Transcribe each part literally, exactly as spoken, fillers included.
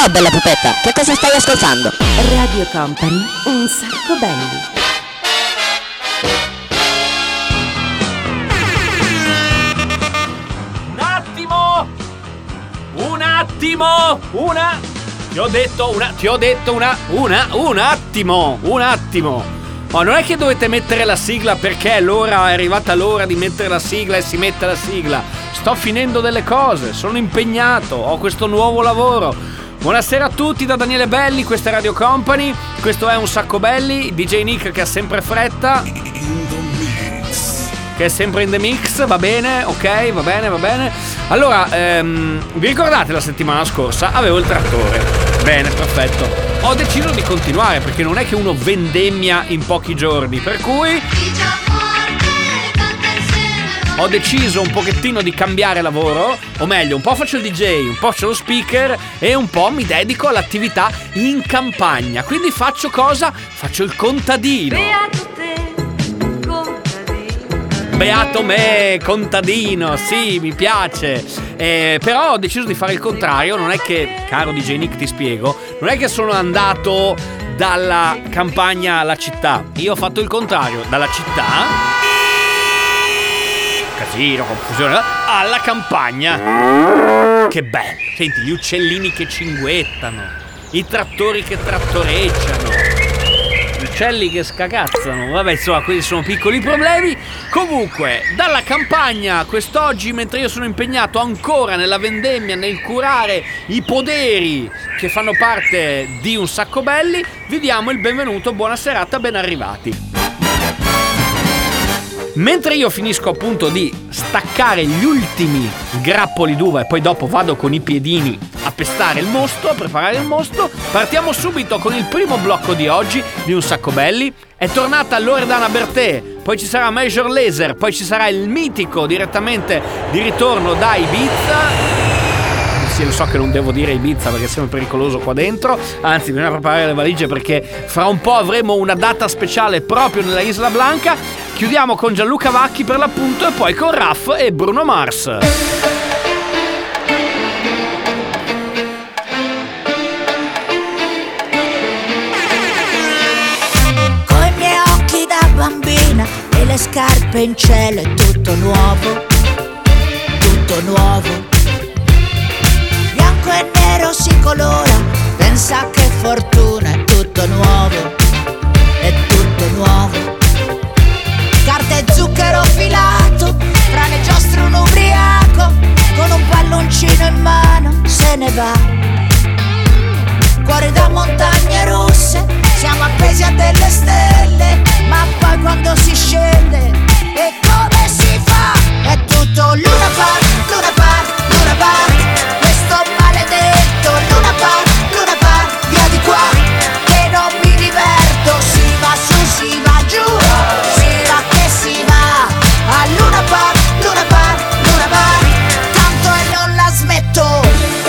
Ciao bella pupetta, che cosa stai ascoltando? Radio Company, un sacco belli. Un attimo! Un attimo! Una... Ti ho detto una... Ti ho detto una... Una... Un attimo! Un attimo! Ma non è che dovete mettere la sigla perché l'ora è arrivata l'ora di mettere la sigla e si mette la sigla. Sto finendo delle cose, sono impegnato, ho questo nuovo lavoro. Buonasera a tutti da Daniele Belli, questa è Radio Company, questo è Un Sacco Belli, D J Nick che ha sempre fretta, che è sempre in the mix, va bene, ok, va bene, va bene. Allora, ehm, vi ricordate la settimana scorsa? Avevo il trattore, bene, perfetto. Ho deciso di continuare perché non è che uno vendemmia in pochi giorni, per cui ho deciso un pochettino di cambiare lavoro, o meglio, un po' faccio il D J, un po' faccio lo speaker e un po' mi dedico all'attività in campagna. Quindi faccio cosa? Faccio il contadino. Beato te, contadino. Beato me, contadino, sì, mi piace. Eh, però ho deciso di fare il contrario, non è che, caro D J Nick ti spiego, non è che sono andato dalla campagna alla città. Io ho fatto il contrario, dalla città... casino, confusione, alla campagna. Che bello, senti gli uccellini che cinguettano, i trattori che trattoreggiano, gli uccelli che scagazzano. Vabbè, insomma, quelli sono piccoli problemi. Comunque, dalla campagna quest'oggi, mentre io sono impegnato ancora nella vendemmia, nel curare i poderi che fanno parte di Un Sacco Belli, vi diamo il benvenuto, buona serata, ben arrivati. Mentre io finisco appunto di staccare gli ultimi grappoli d'uva e poi dopo vado con i piedini a pestare il mosto, a preparare il mosto, partiamo subito con il primo blocco di oggi di Un Sacco Belli. È tornata Loredana Bertè, poi ci sarà Major Lazer, poi ci sarà il mitico direttamente di ritorno da Ibiza. Sì, lo so che non devo dire Ibiza perché siamo pericoloso qua dentro, anzi bisogna preparare le valigie perché fra un po' avremo una data speciale proprio nella Isla Blanca. Chiudiamo con Gianluca Vacchi per l'appunto e poi con Raff e Bruno Mars. Coi miei occhi da bambina e le scarpe in cielo è tutto nuovo, tutto nuovo. Bianco e nero si colora, pensa che fortuna, è tutto nuovo, è tutto nuovo. Carta e zucchero filato, frane giostro un ubriaco, con un palloncino in mano se ne va. Cuore da montagne russe, siamo appesi a delle stelle, ma poi quando si scende, e come si fa? È tutto Luna Park, Luna Park, Luna Park, questo maledetto Luna Park, Luna Park, via di qua, che non mi diverto, si va su, si va giù, si va che si va, a Luna Park, Luna Park, Luna Park, tanto e non la smetto.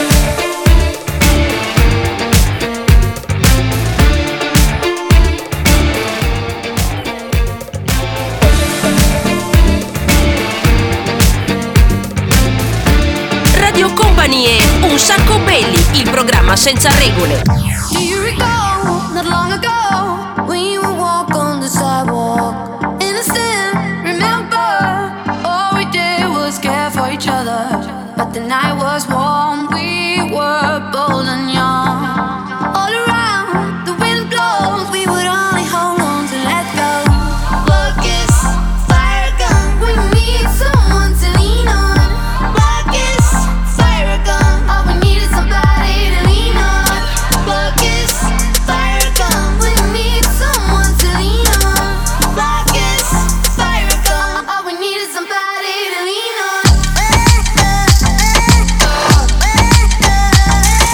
Radio Company è Un Sacco Belli, il programma senza regole. Do you recall, not long ago, we would walk on the sidewalk? Innocent, remember, all we did was care for each other. But the night was warm, we were bold and young. All around, the wind blows, we would only hold on to let go. Black is fire gun, we need someone to lean on. Black is fire gun, all we need is somebody to lean on. Black is fire gun, we need someone to lean on. Black is fire gun, all we need is somebody to lean on.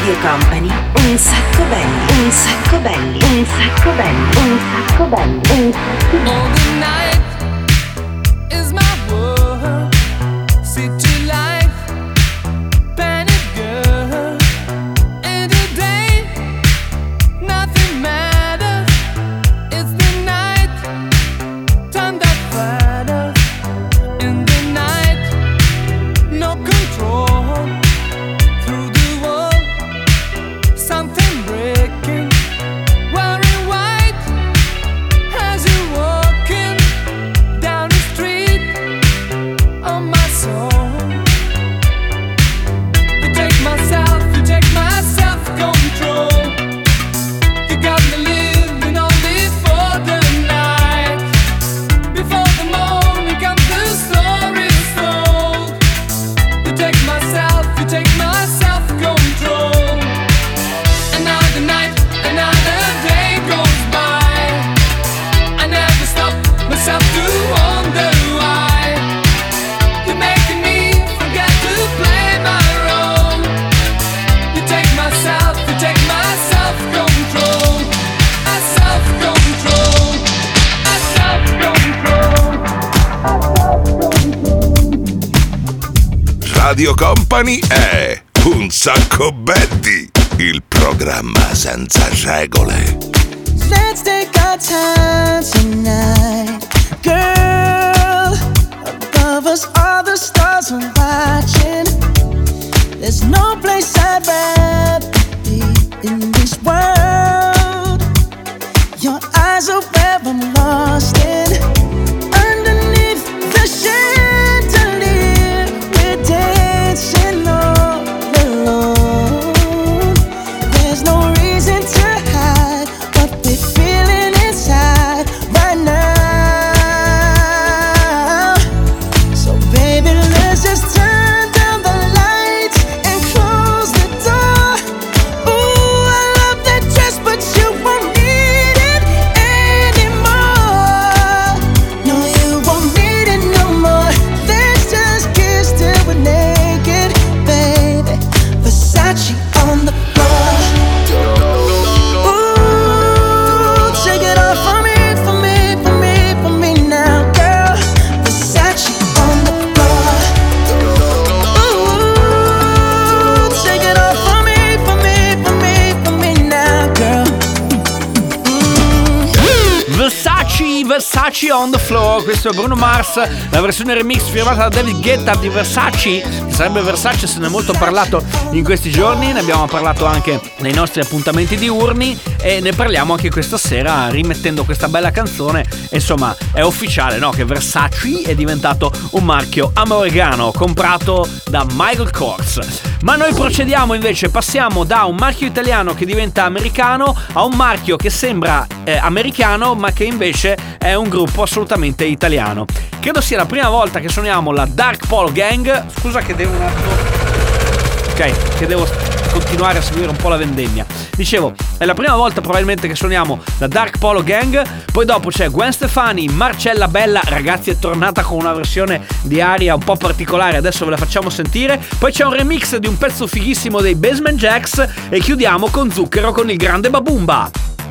Radio Company, un sacco belli, un sacco belli, un sacco belli, un sacco belli, un sacco belli. All the night is my world, city life, panic girl. In the day, nothing matters. It's the night, time that matters. In the night, no control. Through the world, something breaking. Wearing white as you're walking down the street on my soul. You take myself, you take my self-control. You got me living only for the night. Before the morning comes, the story's told. You take myself, you take my self-control. Another night, another day goes by. I never stop myself to wonder why. You're making me forget to play my role. You take myself, you take my self-control. My self-control. My self-control. Radio Company è Un Sacco Belli, il programma senza regole. Let's take our time tonight, girl. Above us, all the stars are watching. There's no place I'd rather be in this world. Your eyes are where I'm lost in. Underneath the chandelier, we're dancing all alone. There's no reason to hide what we're feeling inside right now. So baby, let's just turn down the lights and close the door. Ooh, I love that dress, but you won't need it anymore. No, you won't need it no more. Let's just kiss till we're naked, baby. Versace on the floor. Ooh, take it off for me, for me, for me, for me now, girl. Versace on the floor. Ooh, take it off for me, for me, for me, for me now, girl. Versace, Versace on the floor. Questo è Bruno Mars, la versione remix firmata da David Guetta di Versace, che sarebbe Versace, se ne è molto parlato in questi giorni. Ne abbiamo parlato anche nei nostri appuntamenti diurni e ne parliamo anche questa sera rimettendo questa bella canzone. Insomma, è ufficiale, no? Che Versace è diventato un marchio americano comprato da Michael Kors. Ma noi procediamo invece, passiamo da un marchio italiano che diventa americano a un marchio che sembra eh, americano ma che invece è un gruppo assolutamente italiano. Credo sia la prima volta che suoniamo la Dark Polo Gang. Scusa che devo un attimo... Ok, che devo continuare a seguire un po' la vendemmia. Dicevo, è la prima volta probabilmente che suoniamo la Dark Polo Gang. Poi dopo c'è Gwen Stefani, Marcella Bella. Ragazzi, è tornata con una versione di aria un po' particolare, adesso ve la facciamo sentire. Poi c'è un remix di un pezzo fighissimo dei Basement Jacks. E chiudiamo con Zucchero con il grande Babumba.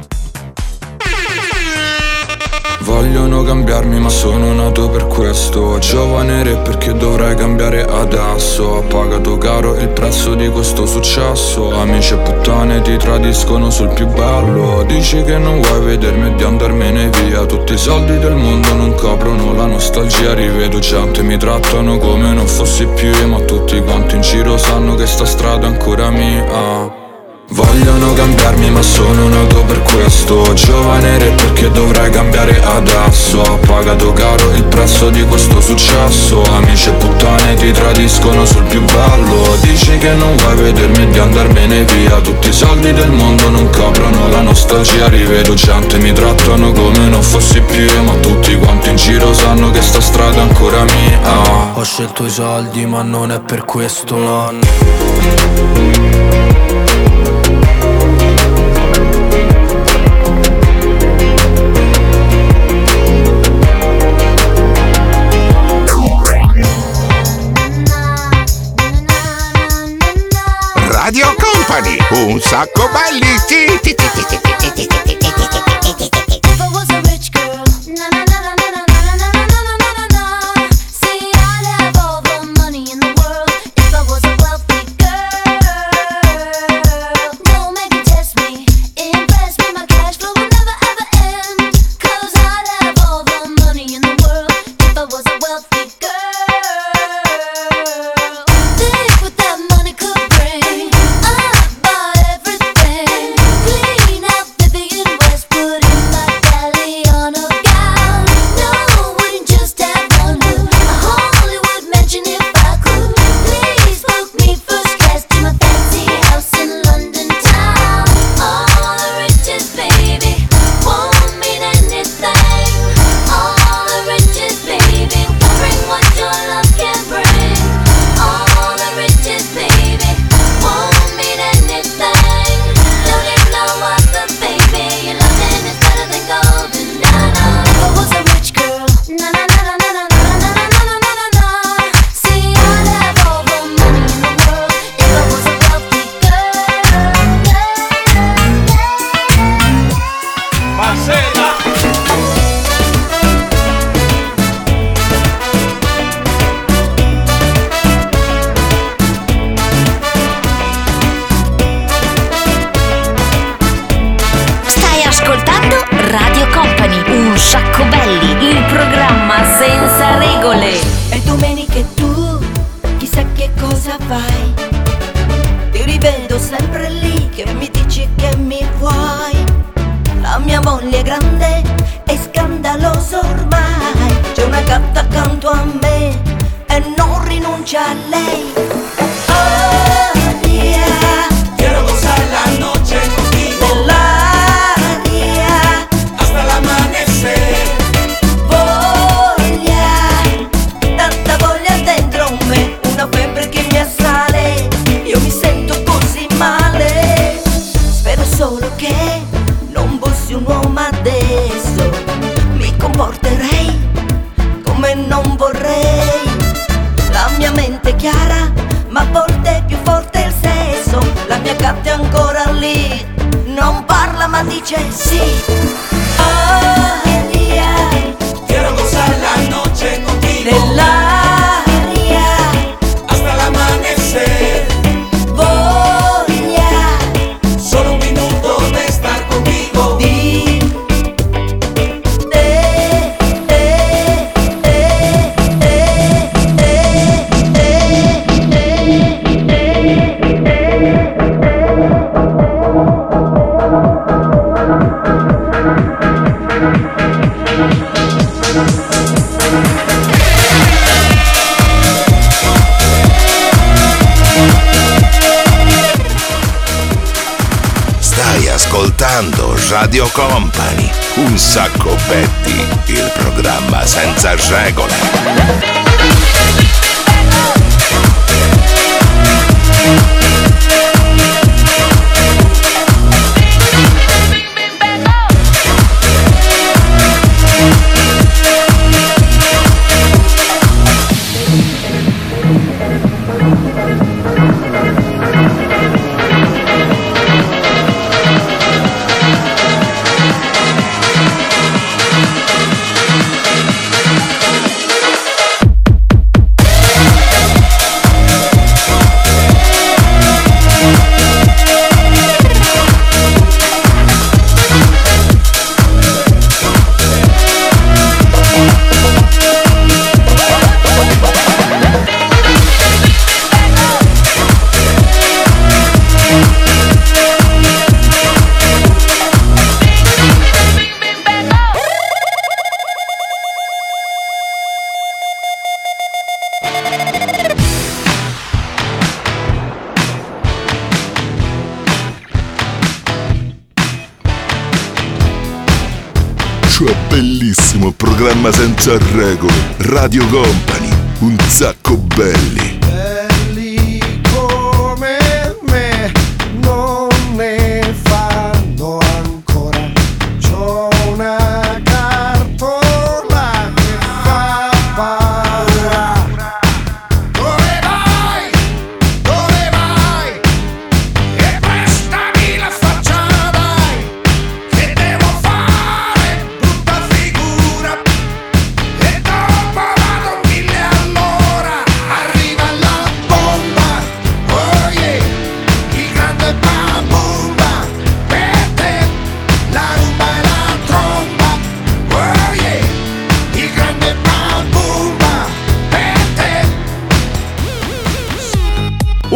Vogliono cambiarmi ma sono nato per questo. Giovane re perché dovrai cambiare adesso. Ho pagato caro il prezzo di questo successo. Amici e puttane ti tradiscono sul più bello. Dici che non vuoi vedermi e di andarmene via. Tutti i soldi del mondo non coprono la nostalgia. Rivedo gente, mi trattano come non fossi più io. Ma tutti quanti in giro sanno che sta strada è ancora mia. Vogliono cambiarmi ma sono nato per questo. Giovane re perché dovrai cambiare adesso. Ho pagato caro il prezzo di questo successo. Amici e puttane ti tradiscono sul più bello. Dici che non vuoi vedermi e di andarmene via. Tutti i soldi del mondo non coprono la nostalgia. Rivedo gente, mi trattano come non fossi più io. Ma tutti quanti in giro sanno che sta strada è ancora mia. Ho scelto i soldi ma non è per questo, no. Radio Company. un sacco belli, sì, sì, sì, sì, sì, sì, sì, sì, sì, sì, sì. If I was a rich girl, na na na na na na na na na na na na na. See, I'd have all the money in the world if I was a wealthy girl. Don't make me test me, impress me, my cash flow will never ever end. 'Cause I'd have all the money in the world if I was a wealthy girl. Think what that money could bring. I'd buy everything. Clean out Vivian Westwood in my Galliano gown. No, wouldn't just have one hood, a Hollywood mansion if I could. Please book me first class to my fancy house in London town. All the riches, baby, won't mean anything. All the riches, baby, won't bring what your love can bring. All the riches, baby, won't mean anything. Don't need no other, baby. Your loving is better than gold. Na na. If I was a rich girl, na na na na na na na na na na na na na. See, I'd have all the money in the world if I was a wealthy girl. Marcella! Stai ascoltando Radio Company, un sacco belli, il programma senza regole. E domeniche tu, chissà che cosa fai. Ti rivedo sempre lì che mi dici che mi vuoi. La mia moglie è grande e scandalosa ormai. C'è una gatta accanto a me e non rinuncia a lei. Oh yeah, Quiero gozar la noche contigo nell'aria hasta el amanecer. voglia, tanta voglia dentro me, una febbre che mi assale. Io mi sento così male. Spero solo che non fossi un uomo adesso. Mi comporterei come non vorrei. La mia mente è chiara, ma a volte è più forte il sesso. La mia gatta è ancora lì, non parla ma dice sì. Oh yeah, Quiero gozar la noche contigo nell'aria hasta el amanecer. voglia Solo un minuto de estar contigo. di te, te, te, Stai ascoltando Radio Company, un sacco Betty, il programma senza regole. Cioè, bellissimo programma senza regole. Radio Company, un sacco belli. Belli come me non ne fanno ancora. C'ho una cartola che fa paura. Dove vai? Dove vai? E presto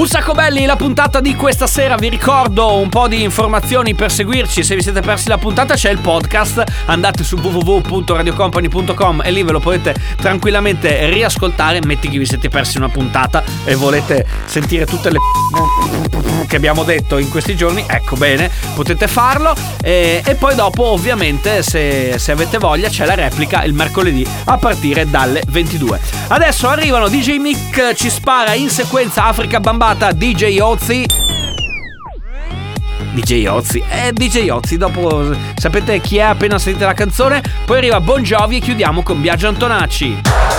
Un sacco belli, la puntata di questa sera. Vi ricordo un po' di informazioni per seguirci. Se vi siete persi la puntata c'è il podcast, andate su w w w punto radio company punto com e lì ve lo potete tranquillamente riascoltare. Metti che vi siete persi una puntata e volete sentire tutte le che abbiamo detto in questi giorni, ecco, bene, potete farlo. E, e poi dopo ovviamente se, se avete voglia c'è la replica il mercoledì a partire dalle ventidue. Adesso arrivano D J Mick, ci spara in sequenza Africa Bambata, D J Ozzy. D J Ozzy, eh D J Ozzy, dopo sapete chi è appena sentite la canzone. Poi arriva Bon Jovi e chiudiamo con Biagio Antonacci.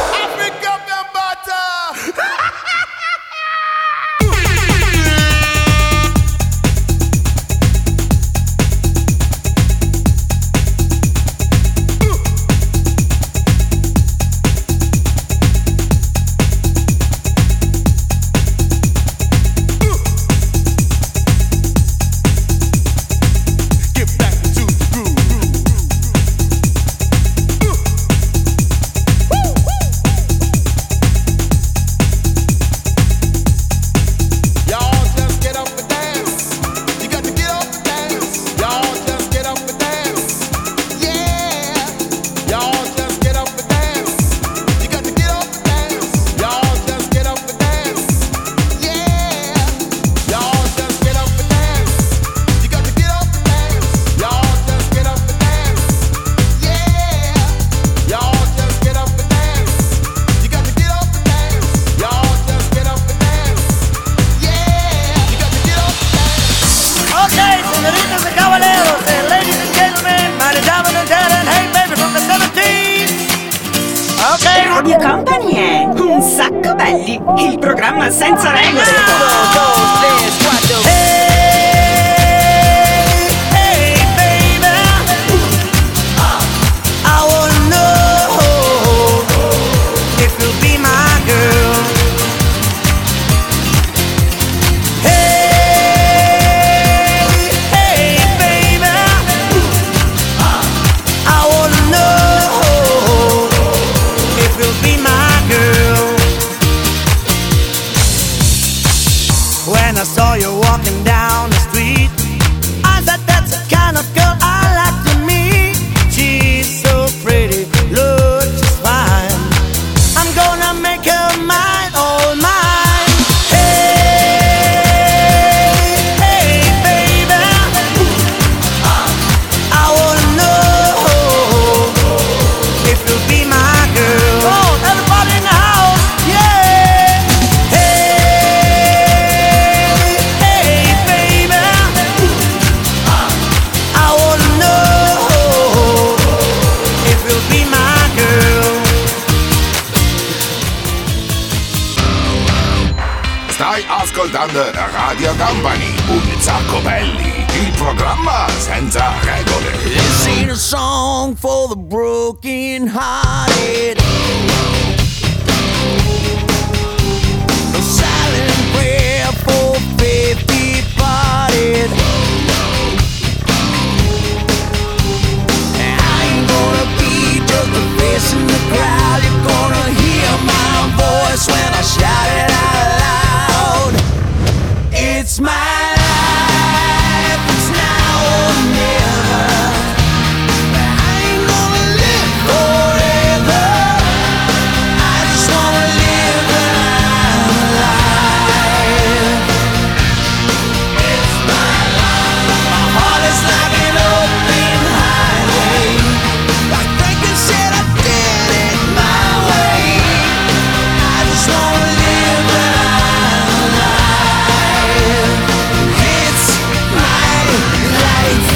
Radio Company è Un Sacco Belli, il programma senza regole. Ascoltando Radio Company, Un Sacco Belli, il programma senza regole. This ain't a song for the broken hearted. A silent prayer for faith departed. I ain't gonna be just a face in the crowd. You're gonna hear my voice when I shout it out loud. It's my life, it's now or never. I ain't gonna live forever. I just wanna live when I'm alive. It's my life. My heart is like an open highway. Like Franklin said, I did it my way. I just wanna live when I'm alive. It's my life.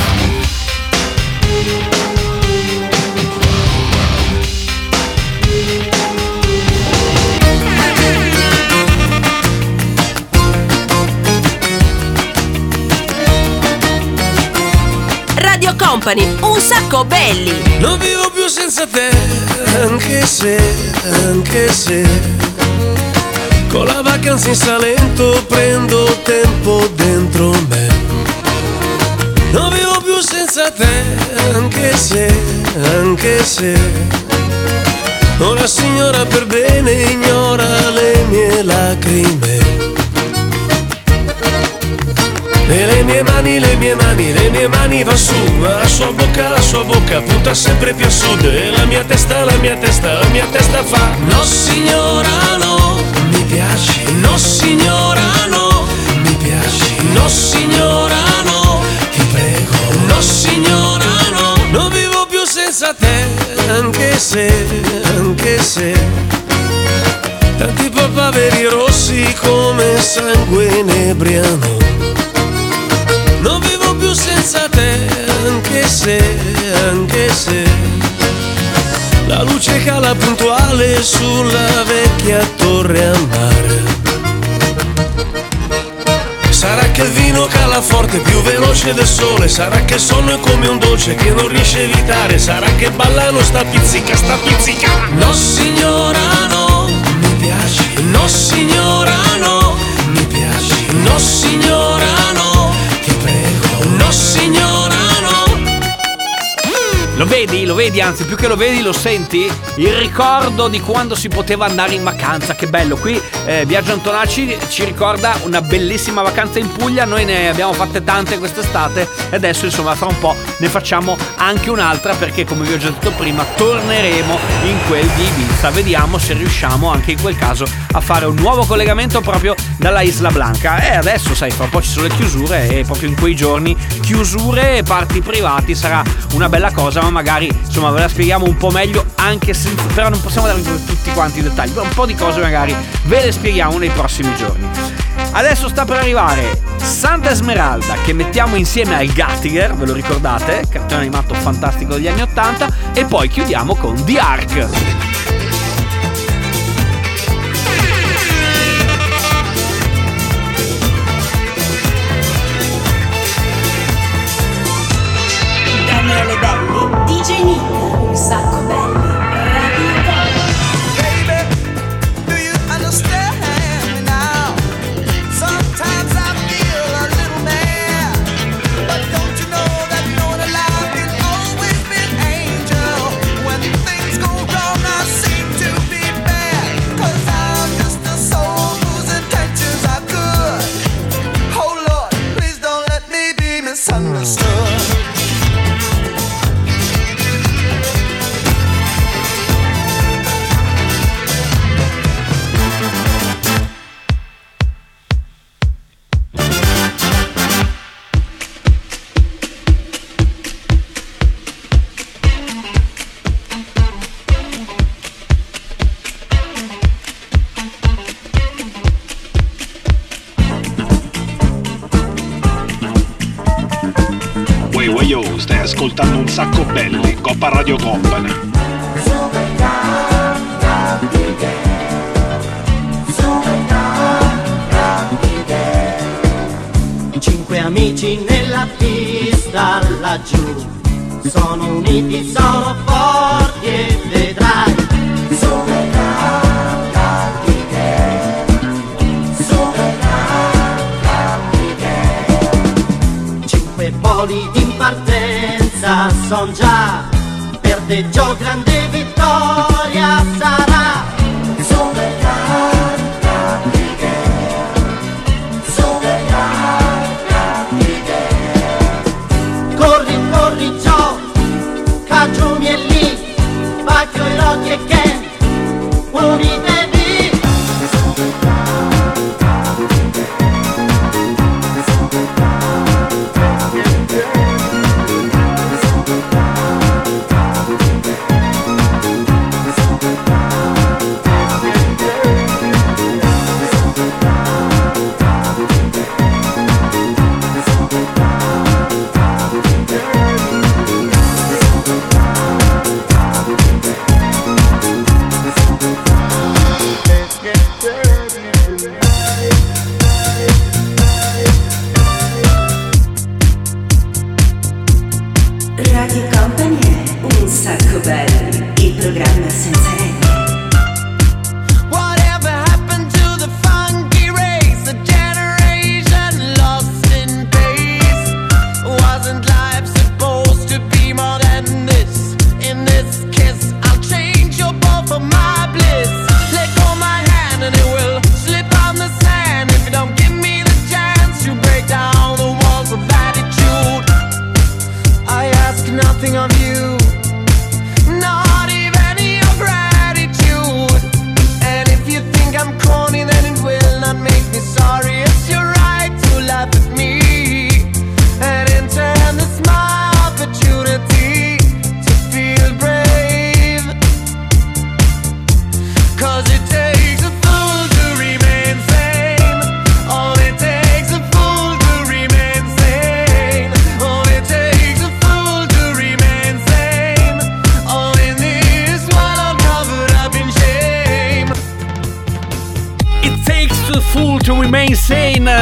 Radio Company, Un Sacco Belli. Non vivo più senza te, anche se, anche se con la vacanza in Salento prendo tempo dentro me. Non vivo più senza te, anche se, anche se una signora per bene ignora le mie lacrime. E le mie mani, le mie mani, le mie mani va su, ma la sua bocca, la sua bocca punta sempre più a sud. E la mia testa, la mia testa, la mia testa fa no signora no, mi piaci, no signora no, mi piaci, no signora no, ti prego, no signora no, non vivo più senza te, anche se, anche se tanti papaveri rossi come sangue inebriano. Non vivo più senza te, anche se, anche se la luce cala puntuale sulla vecchia torre a mare. Sarà che il vino cala forte, più veloce del sole. Sarà che il sonno è come un dolce che non riesce a evitare. Sarà che ballano sta pizzica, sta pizzica. No signora no, mi piaci. No signora no, mi piaci. No signora no, ti prego. No signora no. Lo vedi? Lo vedi? Anzi, più che lo vedi, lo senti? Il ricordo di quando si poteva andare in vacanza. Che bello. Qui eh, Biagio Antonacci ci ricorda una bellissima vacanza in Puglia. Noi ne abbiamo fatte tante quest'estate e adesso insomma fra un po' ne facciamo anche un'altra, perché come vi ho già detto prima torneremo in quel di Ibiza. Vediamo se riusciamo anche in quel caso a fare un nuovo collegamento proprio dalla Isla Blanca. E adesso sai, fra un po' ci sono le chiusure e proprio in quei giorni chiusure e party privati sarà una bella cosa, ma magari insomma ve la spieghiamo un po' meglio, anche se però non possiamo dare tutti quanti i dettagli, un po' di cose magari ve le spieghiamo nei prossimi giorni. Adesso sta per arrivare Santa Esmeralda, che mettiamo insieme al Gattiger, ve lo ricordate? Cartone animato fantastico degli anni ottanta, e poi chiudiamo con The Ark. Daniele Belli, D J Nick, un sacco belli. Stai ascoltando Un Sacco Belli, Coppa Radio Company. Cinque amici nella pista laggiù, sono uniti, sono forti e vedrai. Cinque poli in partenza son già, per te Gio grande vittoria sarà. Corri, corri Gio, Cagiumi è lì, Bacchio e Rocky e Ken, unitevi.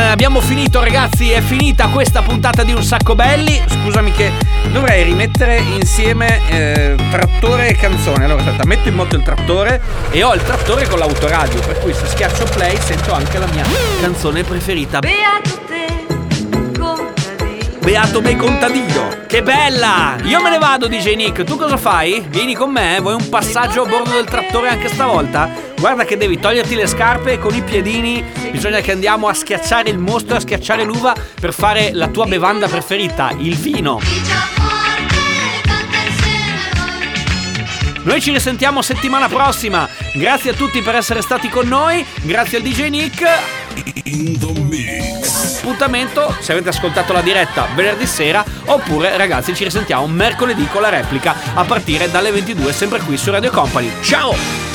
abbiamo finito, ragazzi, è finita questa puntata di Un Sacco Belli. Scusami che dovrei rimettere insieme eh, trattore e canzone. Allora aspetta, metto in moto il trattore e ho il trattore con l'autoradio, per cui se schiaccio play sento anche la mia canzone preferita. Beato te, contadino. Beato me contadino. Che bella! Io me ne vado, D J Nick. Tu cosa fai? Vieni con me? Vuoi un passaggio a bordo del trattore anche stavolta? Guarda che devi toglierti le scarpe e con i piedini bisogna che andiamo a schiacciare il mostro, a schiacciare l'uva per fare la tua bevanda preferita, il vino. Noi ci risentiamo settimana prossima. Grazie a tutti per essere stati con noi. Grazie al D J Nick. In the mix. Appuntamento, se avete ascoltato la diretta, venerdì sera. Oppure, ragazzi, ci risentiamo mercoledì con la replica a partire dalle ventidue, sempre qui su Radio Company. Ciao!